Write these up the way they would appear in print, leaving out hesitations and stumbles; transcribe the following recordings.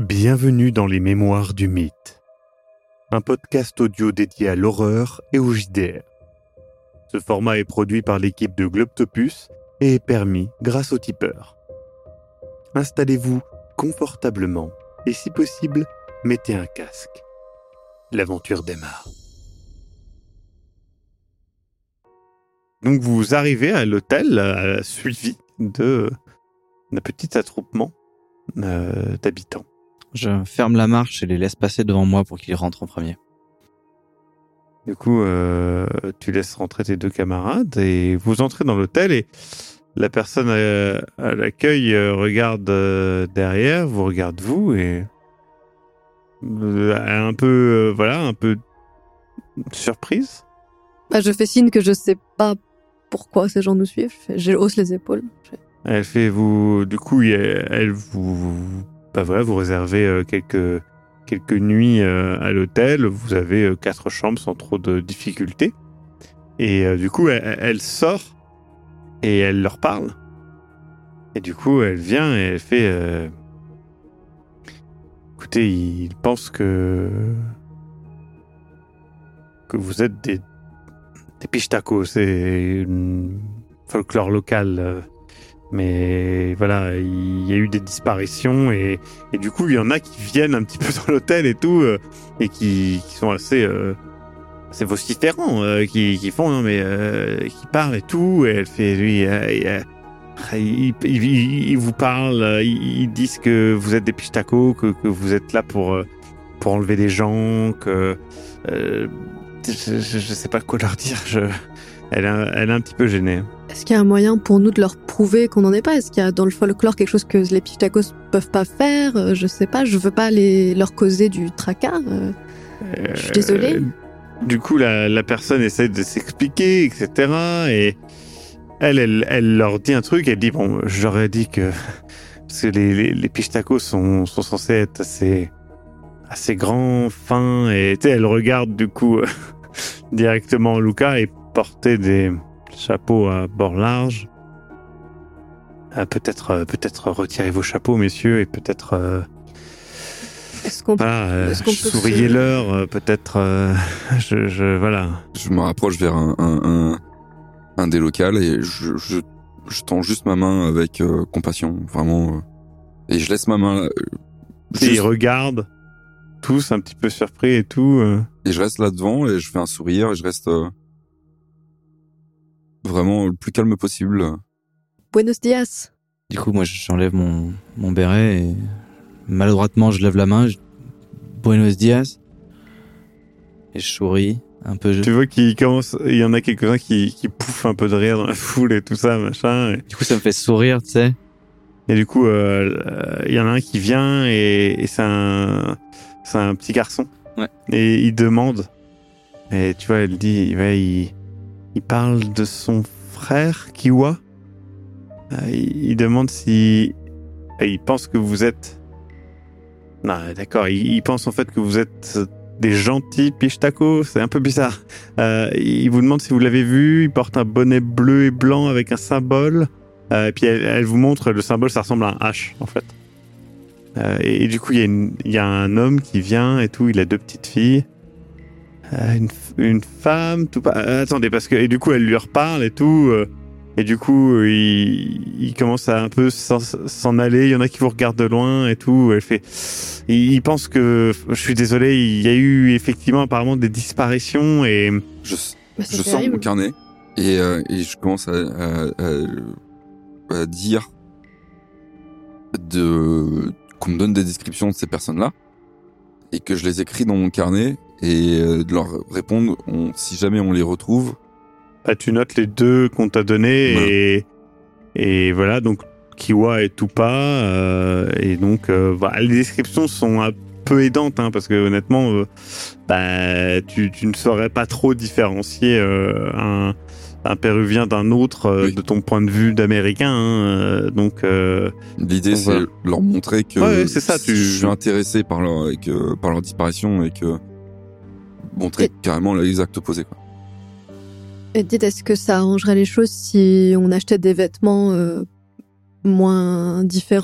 Bienvenue dans les Mémoires du Mythe, un podcast audio dédié à l'horreur et au JDR. Ce format est produit par l'équipe de Globtopus et est permis grâce au tipeur. Installez-vous confortablement et si possible, mettez un casque. L'aventure démarre. Donc vous arrivez à l'hôtel suivi d'un petit attroupement d'habitants. Je ferme la marche et les laisse passer devant moi pour qu'ils rentrent en premier. Du coup, tu laisses rentrer tes deux camarades et vous entrez dans l'hôtel et la personne à l'accueil regarde derrière, vous regarde vous et un peu surprise. Je fais signe que je sais pas pourquoi ces gens nous suivent. Je hausse les épaules. Elle fait vous. Du coup, elle vous. Vous réservez quelques nuits à l'hôtel. Vous avez 4 chambres sans trop de difficultés. Et du coup, elle sort et elle leur parle. Et du coup, elle vient et elle fait. Écoutez, ils pensent que vous êtes des pichtacos, c'est une folklore local. Mais voilà, il y a eu des disparitions et du coup, il y en a qui viennent un petit peu dans l'hôtel et tout, et qui sont assez vociférants, qui font, non mais, qui parlent et tout, et elle fait, lui, ils vous parlent, ils disent que vous êtes des pichtacos, que vous êtes là pour enlever des gens, que je sais pas quoi leur dire. Elle est un petit peu gênée. Est-ce qu'il y a un moyen pour nous de leur prouver qu'on n'en est pas ? Est-ce qu'il y a dans le folklore quelque chose que les pichtacos peuvent pas faire ? Je sais pas, je veux pas leur causer du tracas. Je suis désolée. Du coup, la personne essaie de s'expliquer, etc. Et elle leur dit un truc. Elle dit, bon, j'aurais dit que... Parce que les pichtacos sont censés être assez grands, fins. Et tu sais, elle regarde du coup directement Luca et porter des chapeaux à bord large. Peut-être retirez vos chapeaux, messieurs, et peut-être... Est-ce qu'on peut souriez-leur, peut-être... voilà. Je me rapproche vers un des locals et je tends juste ma main avec compassion, vraiment. Et je laisse ma main... Et ils regardent, tous un petit peu surpris et tout. Et je reste là devant et je fais un sourire et je reste... vraiment le plus calme possible. Buenos dias. Du coup, moi, j'enlève mon béret et maladroitement, je lève la main. Buenos dias. Et je souris un peu. Tu vois qu'il commence, il y en a quelques-uns qui pouffent un peu de rire dans la foule et tout ça, machin. Et... Du coup, ça me fait sourire, tu sais. Et du coup, il y en a un qui vient et c'est un petit garçon. Ouais. Et il demande. Et tu vois, elle dit, il parle de son frère, Kiwa. Il demande si... Il pense que vous êtes... Non, d'accord, il pense en fait que vous êtes des gentils pichtacos, c'est un peu bizarre. Il vous demande si vous l'avez vu, il porte un bonnet bleu et blanc avec un symbole. Et puis elle vous montre, le symbole, ça ressemble à un H, en fait. Et du coup, il y a un homme qui vient et tout, il a 2 petites filles. Une femme, tout pas. Attendez, parce que et du coup elle lui reparle et tout, et du coup il commence à un peu s'en aller. Il y en a qui vous regardent de loin et tout. Elle fait, il pense que je suis désolé. Il y a eu effectivement apparemment des disparitions et je sors mon carnet et je commence à dire qu'on me donne des descriptions de ces personnes-là et que je les écris dans mon carnet. Et de leur répondre, si jamais on les retrouve... tu notes les 2 qu'on t'a donnés, voilà. Et voilà, donc Kiwa et Tupa, et donc les descriptions sont un peu aidantes, hein, parce que honnêtement, tu ne saurais pas trop différencier un Péruvien d'un autre oui. de ton point de vue d'Américain, hein, donc... L'idée, c'est voilà. leur montrer que c'est ça, je suis intéressé par leur disparition et que... montrer carrément l'exact opposé, quoi. Et dites, est-ce que ça arrangerait les choses si on achetait des vêtements moins différents ?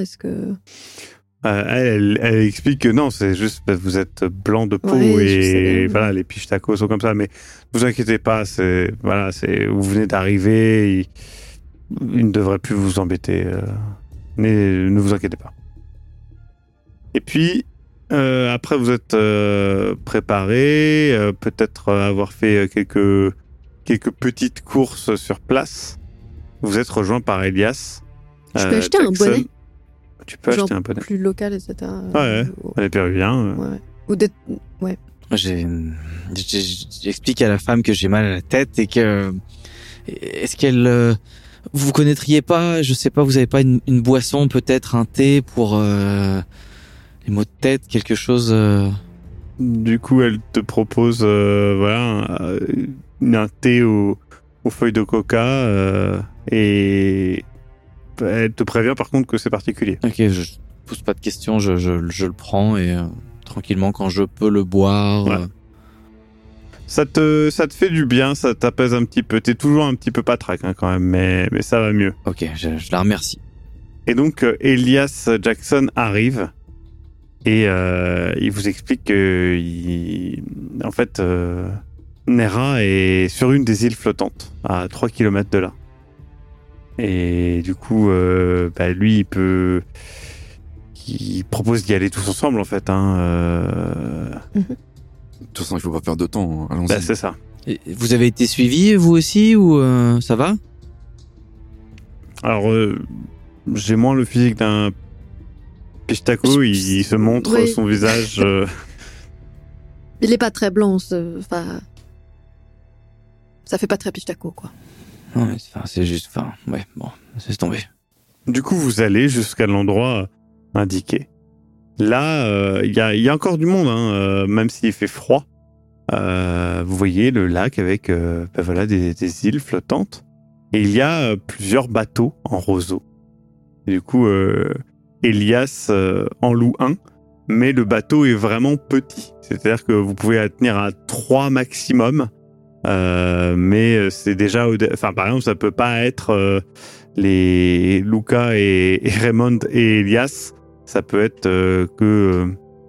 Est-ce que... Elle explique que non, c'est juste parce que vous êtes blanc de peau Ouais, je et sais bien. voilà, les Pishtacos sont comme ça. Mais ne vous inquiétez pas, vous venez d'arriver, il ne devrait plus vous embêter. Mais ne vous inquiétez pas. Et puis, après vous êtes préparé, peut-être avoir fait quelques petites courses sur place. Vous êtes rejoint par Elias. Je peux acheter un Jackson. bonnet. Tu peux Genre acheter un bonnet. plus local, etc. Ouais. Les Péruviens. Ouais. Ou des... Ouais. J'explique à la femme que j'ai mal à la tête et que est-ce qu'elle vous connaîtriez pas, je sais pas, vous avez pas une boisson, peut-être un thé pour les maux de tête, quelque chose. Du coup, elle te propose un thé aux feuilles de coca et elle te prévient par contre que c'est particulier. Ok, je pose pas de questions, je le prends et tranquillement quand je peux le boire. Ouais. Ça te fait du bien, ça t'apaise un petit peu. T'es toujours un petit peu patraque quand même, mais ça va mieux. Ok, je la remercie. Et donc, Elias Jackson arrive et il vous explique que, en fait, Nera est sur une des îles flottantes, à 3 km de là. Et du coup, lui, il propose d'y aller tous ensemble, en fait. De toute façon, il faut pas perdre de temps. Allons-y. C'est ça. Et vous avez été suivi, vous aussi, ou ça va? Alors, j'ai moins le physique d'un Pishtako, il se montre Oui. son visage. Il est pas très blanc, enfin... Ça fait pas très Pishtako, quoi. Non, mais c'est juste, ouais, bon, c'est tombé. Du coup, vous allez jusqu'à l'endroit indiqué. Là, il y a encore du monde, même s'il fait froid. Vous voyez le lac avec des îles flottantes. Et il y a plusieurs bateaux en roseau. Et du coup, Elias en loue un, mais le bateau est vraiment petit. C'est-à-dire que vous pouvez tenir à 3 maximum. Mais c'est déjà... par exemple, ça peut pas être les Luca et Raymond et Elias. Ça peut être que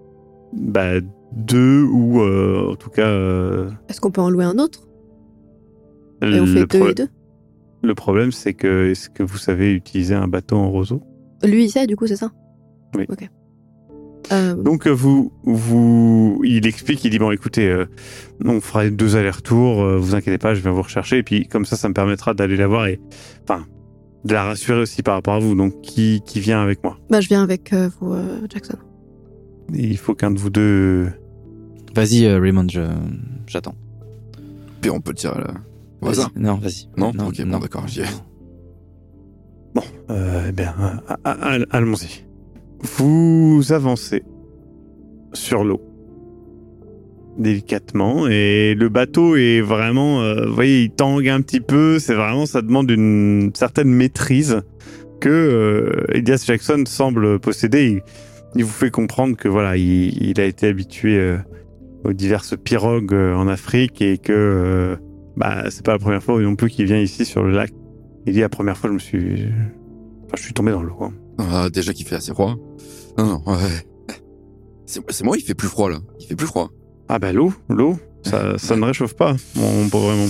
2 ou en tout cas... Est-ce qu'on peut en louer un autre? Et on fait 2 et 2? Le problème, c'est que est-ce que vous savez utiliser un bateau en roseau? Lui, il sait, du coup, c'est ça? Oui. Ok. Donc, il explique, il dit, bon, écoutez, on fera 2 allers-retours, vous inquiétez pas, je viens vous rechercher, et puis comme ça me permettra d'aller la voir et, de la rassurer aussi par rapport à vous. Donc, qui vient avec moi? je viens avec vous, Jackson. Et il faut qu'un de vous deux... Vas-y, Raymond, j'attends. Puis on peut le dire au Vas-y. hasard. Non, vas-y. Non, ok, bon, d'accord, j'y ai. Bon, allons-y. Vous avancez sur l'eau délicatement et le bateau est vraiment, vous voyez, il tangue un petit peu. C'est vraiment, ça demande une certaine maîtrise que Elias Jackson semble posséder. Il vous fait comprendre que voilà, il a été habitué aux diverses pirogues en Afrique et que c'est pas la première fois non plus qu'il vient ici sur le lac. Il dit la première fois, je suis tombé dans l'eau. Hein. Ah, déjà qu'il fait assez froid. Non, ouais. C'est moi, il fait plus froid, là. Il fait plus froid. Ah l'eau, ça ne réchauffe pas, mon pauvre Raymond.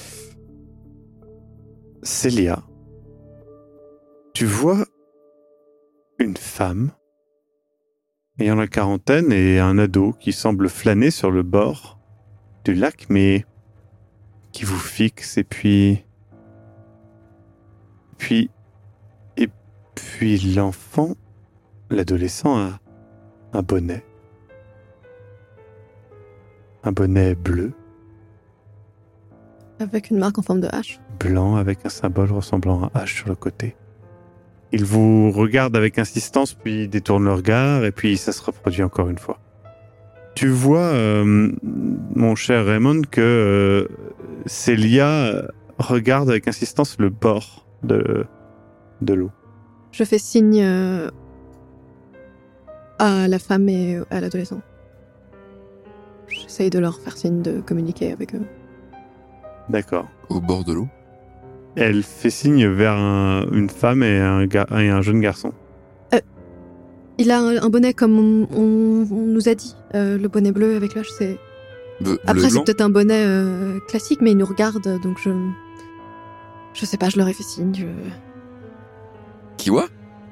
Célia, tu vois une femme ayant la quarantaine et un ado qui semble flâner sur le bord du lac, mais qui vous fixe et puis l'enfant, l'adolescent a un bonnet. Un bonnet bleu, Avec une marque en forme de hache. blanc avec un symbole ressemblant à H sur le côté. Il vous regarde avec insistance, puis détourne le regard, et puis ça se reproduit encore une fois. Tu vois, mon cher Raymond, que Célia regarde avec insistance le bord de l'eau. Je fais signe à la femme et à l'adolescent. J'essaye de leur faire signe de communiquer avec eux. D'accord. Au bord de l'eau. Elle fait signe vers une femme et un jeune garçon. Il a un bonnet comme on nous a dit. Le bonnet bleu avec l'âge, c'est... Après, c'est peut-être un bonnet classique, mais il nous regarde, donc je sais pas, je leur ai fait signe. Kiwa?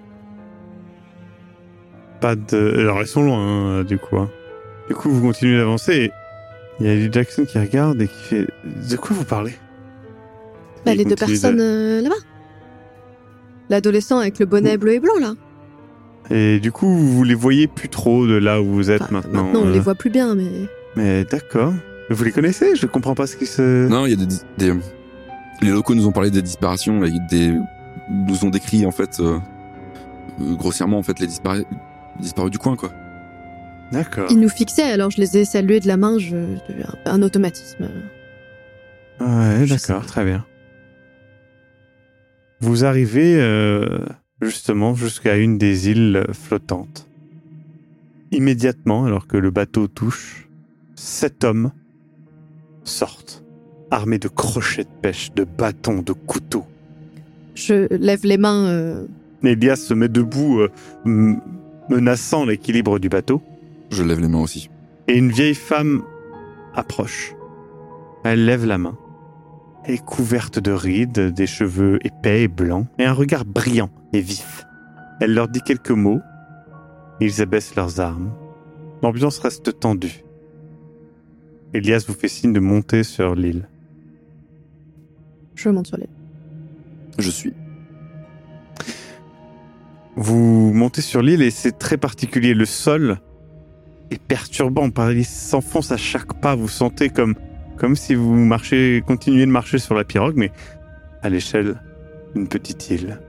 Pas de... Alors, ils sont loin, du coup. Hein. Du coup, vous continuez d'avancer et il y a Lee Jackson qui regarde et qui fait... De quoi vous parlez? Bah, les deux personnes là-bas. L'adolescent avec le bonnet bleu et blanc, là. Et du coup, vous les voyez plus trop de là où vous êtes maintenant. Maintenant, on les voit plus bien, mais... Mais d'accord. Vous les connaissez? Je comprends pas ce qui se... Non, il y a des... Les locaux nous ont parlé des disparitions et nous ont décrit, en fait, grossièrement, en fait, les disparus du coin, quoi. D'accord. Ils nous fixaient, alors je les ai salués de la main, un automatisme. Ouais, d'accord, très bien. Vous arrivez justement jusqu'à une des îles flottantes. Immédiatement, alors que le bateau touche, 7 hommes sortent, armés de crochets de pêche, de bâtons, de couteaux. Je lève les mains. Elias se met debout, menaçant l'équilibre du bateau. Je lève les mains aussi. Et une vieille femme approche. Elle lève la main. Elle est couverte de rides, des cheveux épais et blancs, et un regard brillant et vif. Elle leur dit quelques mots. Ils abaissent leurs armes. L'ambiance reste tendue. Elias vous fait signe de monter sur l'île. Je monte sur l'île. Je suis. Vous montez sur l'île et c'est très particulier. Le sol est perturbant. Il s'enfonce à chaque pas. Vous sentez comme si vous continuez de marcher sur la pirogue, mais à l'échelle d'une petite île.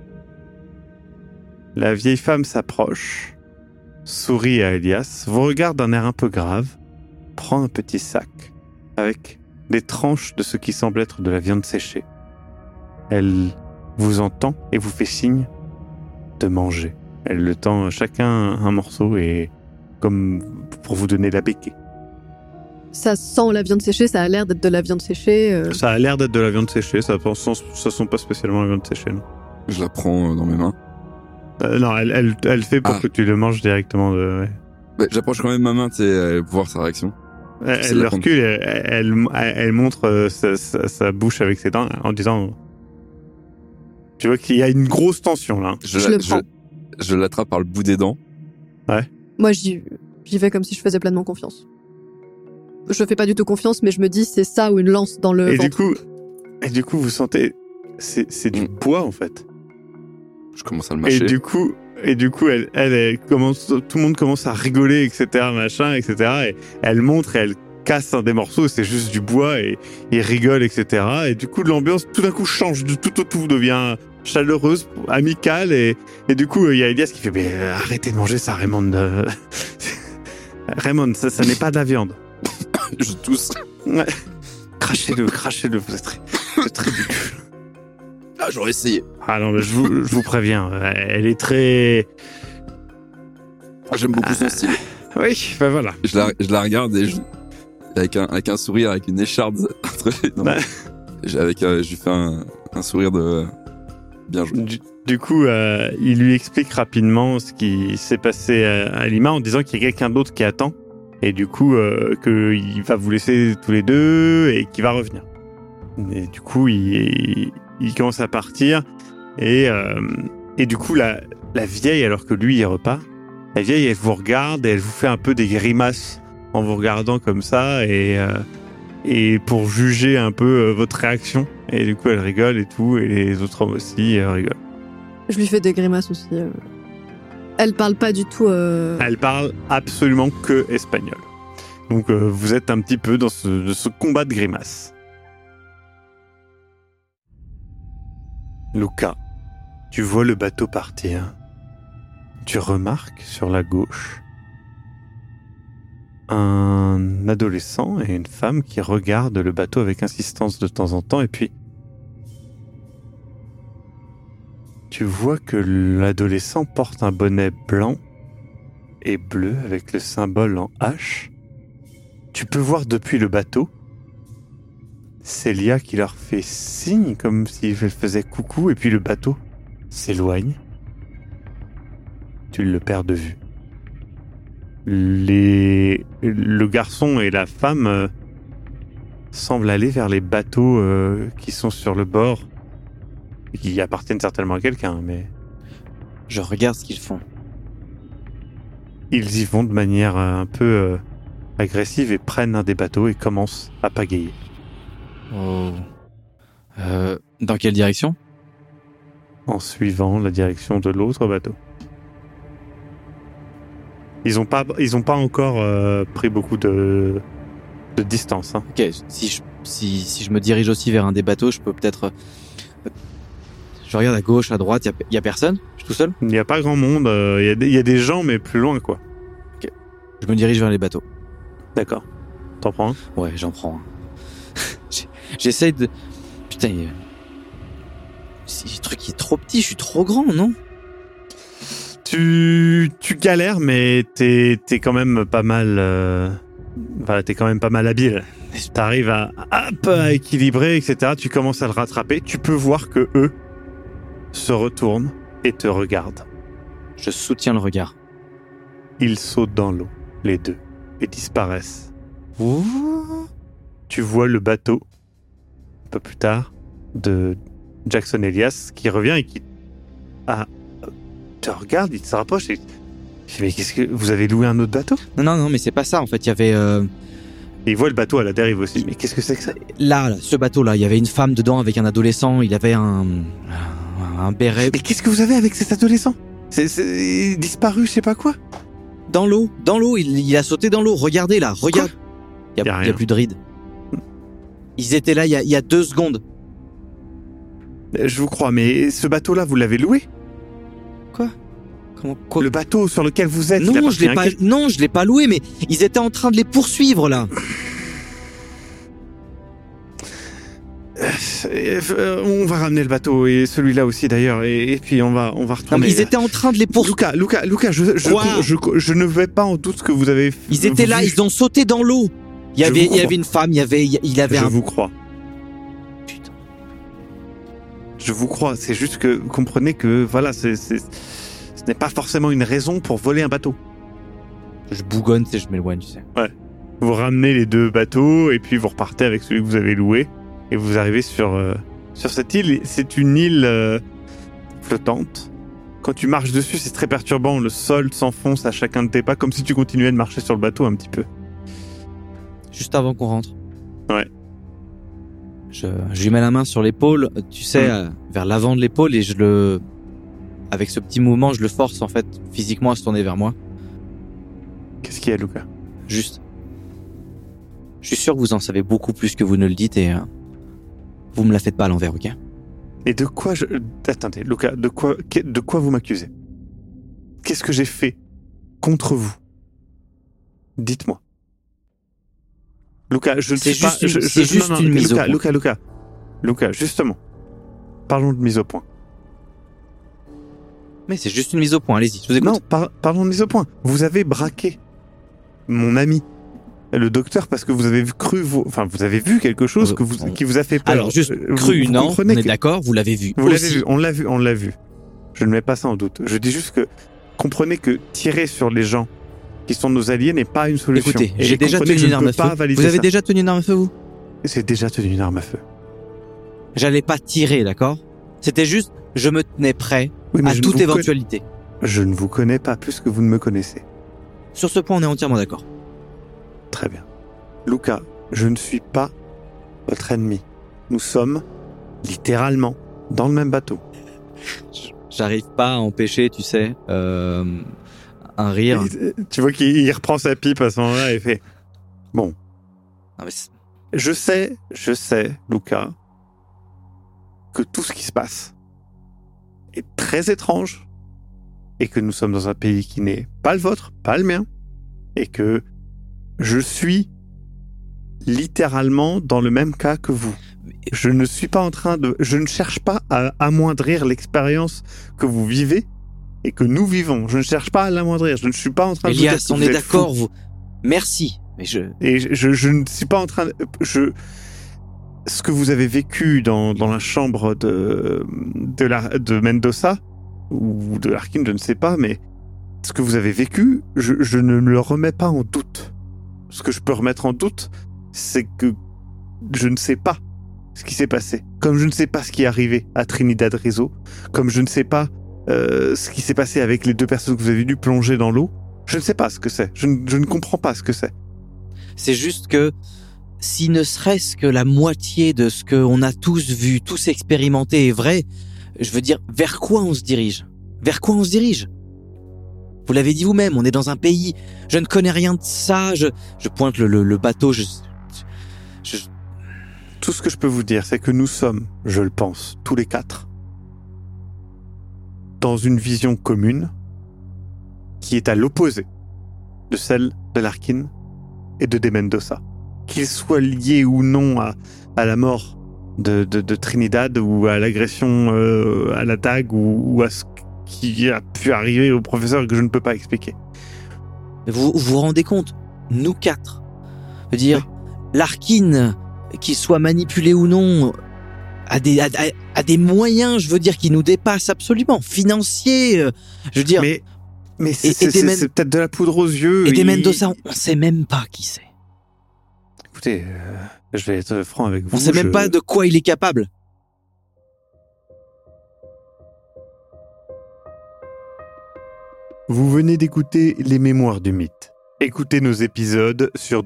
La vieille femme s'approche, sourit à Elias, vous regarde d'un air un peu grave, prend un petit sac avec des tranches de ce qui semble être de la viande séchée. Elle vous entend et vous fait signe de manger. Elle le tend chacun un morceau et comme pour vous donner la béquille. Ça sent la viande séchée, ça a l'air d'être de la viande séchée. Ça a l'air d'être de la viande séchée, ça sent pas spécialement la viande séchée. Non, Je la prends dans mes mains. non, elle fait pour que tu le manges directement. Ouais. Ouais, j'approche quand même ma main, tu sais, pour voir sa réaction. Elle recule, elle montre sa bouche avec ses dents en disant... Tu vois qu'il y a une grosse tension là. Je l'attrape par le bout des dents. Ouais. Moi, j'y vais comme si je faisais pleinement confiance. Je fais pas du tout confiance, mais je me dis c'est ça ou une lance dans le ventre. Et du coup, vous sentez, c'est du bois en fait. Je commence à le mâcher. Et du coup, elle commence, tout le monde commence à rigoler, etc., machin, etc. Et elle montre et elle casse un des morceaux, c'est juste du bois et rigole, etc. Et du coup, l'ambiance tout d'un coup change, tout devient chaleureuse, amicale et du coup, il y a Elias qui fait mais arrêtez de manger ça, Raymond. Raymond, ça n'est pas de la viande. Je tousse. Ouais. Crachez-le, vous êtes très ridicule. Ah, j'aurais essayé. Ah non, mais je vous préviens, elle est très... J'aime beaucoup son style. Oui, ben voilà. Je la regarde et avec un sourire, avec une écharde entre les dents. Je lui fais un sourire de bien joué. Du coup, il lui explique rapidement ce qui s'est passé à Lima en disant qu'il y a quelqu'un d'autre qui attend et du coup qu'il va vous laisser tous les deux et qu'il va revenir. Et du coup, il commence à partir et du coup, la vieille, alors que lui, il repart, la vieille, elle vous regarde et elle vous fait un peu des grimaces en vous regardant comme ça et pour juger un peu votre réaction. Et du coup, elle rigole et tout, et les autres hommes aussi rigolent. Je lui fais des grimaces aussi. Elle parle pas du tout... Elle parle absolument que espagnol. Donc vous êtes un petit peu dans ce combat de grimaces. Luca, tu vois le bateau partir. Tu remarques sur la gauche un adolescent et une femme qui regardent le bateau avec insistance de temps en temps et puis tu vois que l'adolescent porte un bonnet blanc et bleu avec le symbole en H. Tu peux voir depuis le bateau Célia qui leur fait signe comme s'il faisait coucou et puis le bateau s'éloigne. Tu le perds de vue. le garçon et la femme semblent aller vers les bateaux qui sont sur le bord, et qui appartiennent certainement à quelqu'un, mais Je regarde ce qu'ils font. ils y vont de manière un peu agressive et prennent un des bateaux et commencent à pagayer. Oh. Dans quelle direction? En suivant la direction de l'autre bateau. Ils ont pas encore pris beaucoup de distance. Hein. Ok, si je me dirige aussi vers un des bateaux, je peux peut-être... Je regarde à gauche, à droite, y a personne? Je suis tout seul? Il n'y a pas grand monde, il y a des gens, mais plus loin, quoi. Je me dirige vers les bateaux. D'accord. T'en prends un? Ouais, j'en prends un. J'essaye de... Putain, ce truc qui est trop petit, je suis trop grand, non? Tu galères, mais t'es quand même pas mal... t'es quand même pas mal habile. T'arrives à équilibrer, etc. Tu commences à le rattraper. Tu peux voir que eux se retournent et te regardent. Je soutiens le regard. Ils sautent dans l'eau, les deux, et disparaissent. Tu vois le bateau, un peu plus tard, de Jackson Elias, qui revient et qui te regarde, il se rapproche et il fait, mais qu'est-ce que vous avez loué un autre bateau? Non, mais c'est pas ça. En fait, il y avait Et il voit le bateau à la dérive aussi. Mais qu'est-ce que c'est que ça? là, ce bateau-là, il y avait une femme dedans avec un adolescent. Il avait un béret. Mais qu'est-ce que vous avez avec cet adolescent? C'est disparu, je sais pas quoi. Dans l'eau, il a sauté dans l'eau. Regardez là, regarde. Il y a plus de rides. Ils étaient là il y a 2 secondes. Je vous crois, mais ce bateau-là, vous l'avez loué? Quoi? Le bateau sur lequel vous êtes? Non, je l'ai pas loué, mais ils étaient en train de les poursuivre là. On va ramener le bateau et celui-là aussi d'ailleurs et puis on va retourner. Non, mais ils étaient en train de les poursuivre. Lucas, je ne vais pas en doute ce que vous avez. Ils étaient là, ils ont sauté dans l'eau. Il y avait une femme, il avait Je un. vous crois. Putain. Je vous crois. C'est juste que comprenez que voilà, ce n'est pas forcément une raison pour voler un bateau. Je bougonne, je m'éloigne, tu sais. Vous ramenez les 2 bateaux et puis vous repartez avec celui que vous avez loué et vous arrivez sur cette île. C'est une île flottante. Quand tu marches dessus, c'est très perturbant. Le sol s'enfonce à chacun de tes pas comme si tu continuais de marcher sur le bateau un petit peu. Juste avant qu'on rentre. Ouais. Je lui mets la main sur l'épaule, tu sais, vers l'avant de l'épaule et avec ce petit mouvement, je le force en fait physiquement à se tourner vers moi. Qu'est-ce qu'il y a, Lucas? Juste. Je suis sûr que vous en savez beaucoup plus que vous ne le dites et vous me la faites pas à l'envers, ok? Et de quoi Attendez, Lucas, de quoi vous m'accusez? Qu'est-ce que j'ai fait contre vous? Dites-moi. Lucas, je ne sais pas... C'est juste une mise au point. Lucas, justement. Parlons de mise au point. Mais c'est juste une mise au point, allez-y, je vous écoute. Non, parlons de mise au point. Vous avez braqué mon ami, le docteur, parce que vous avez vous avez vu quelque chose qui vous a fait peur. Alors, juste cru, vous non, on est d'accord, vous l'avez vu. Vous l'avez vu, on l'a vu. Je ne mets pas ça en doute. Je dis juste que comprenez que tirer sur les gens qui sont nos alliés n'est pas une solution. Écoutez, j'ai déjà tenu une arme à feu. Vous avez déjà tenu une arme à feu, vous? J'ai déjà tenu une arme à feu. J'allais pas tirer, d'accord? C'était juste, je me tenais prêt à toute éventualité. Je ne vous connais pas plus que vous ne me connaissez. Sur ce point, on est entièrement d'accord. Très bien. Lucas, je ne suis pas votre ennemi. Nous sommes littéralement dans le même bateau. J'arrive pas à empêcher, tu sais, un rire. Tu vois qu'il reprend sa pipe à ce moment-là et fait « Bon, Non, mais je sais, Lucas, que tout ce qui se passe est très étrange et que nous sommes dans un pays qui n'est pas le vôtre, pas le mien, et que je suis littéralement dans le même cas que vous. Je ne suis pas je ne cherche pas à amoindrir l'expérience que vous vivez et que nous vivons. Je ne cherche pas à l'amoindrir. Je ne suis pas en train de vous dire que on est d'accord, vous. Merci. Mais je ne suis pas en train ce que vous avez vécu dans la chambre de Mendoza ou de Larkin, je ne sais pas, mais ce que vous avez vécu, je ne le remets pas en doute. Ce que je peux remettre en doute, c'est que je ne sais pas ce qui s'est passé. Comme je ne sais pas ce qui est arrivé à Trinidad Rizzo, comme je ne sais pas ce qui s'est passé avec les 2 personnes que vous avez vues plonger dans l'eau, je ne sais pas ce que c'est. Je ne comprends pas ce que c'est. C'est juste que si ne serait-ce que la moitié de ce qu'on a tous vu, tous expérimenté est vrai, je veux dire, vers quoi on se dirige ? Vers quoi on se dirige ? Vous l'avez dit vous-même, on est dans un pays, je ne connais rien de ça, je pointe le bateau, Tout ce que je peux vous dire, c'est que nous sommes, je le pense, tous les 4, dans une vision commune qui est à l'opposé de celle de Larkin et de De Mendoza. Qu'ils soient liés ou non à la mort de Trinidad ou à l'agression à la dague ou à ce qui a pu arriver au professeur que je ne peux pas expliquer. Vous vous rendez compte ? Nous 4. Je veux dire, Larkin, qu'il soit manipulé ou non, a des moyens, je veux dire, qui nous dépassent absolument, financiers, je veux dire. Mais c'est peut-être de la poudre aux yeux. Et De Mendoza, on sait même pas qui c'est. Écoutez, je vais être franc avec vous. On sait même pas de quoi il est capable. Vous venez d'écouter Les Mémoires du Mythe. Écoutez nos épisodes sur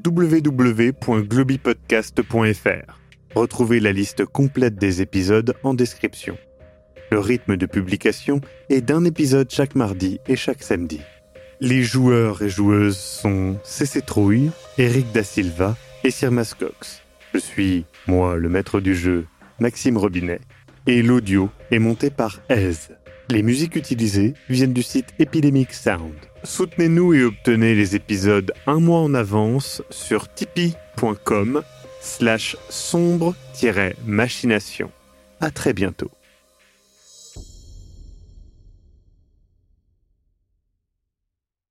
www.globipodcast.fr. Retrouvez la liste complète des épisodes en description. Le rythme de publication est d'un épisode chaque mardi et chaque samedi. Les joueurs et joueuses sont CC Trouille, Eric Da Silva et Sirmas Cox. Je suis, moi, le maître du jeu, Maxime Robinet, et l'audio est monté par Ez. Les musiques utilisées viennent du site Epidemic Sound. Soutenez-nous et obtenez les épisodes un mois en avance sur tipeee.com/sombre-machination. À très bientôt.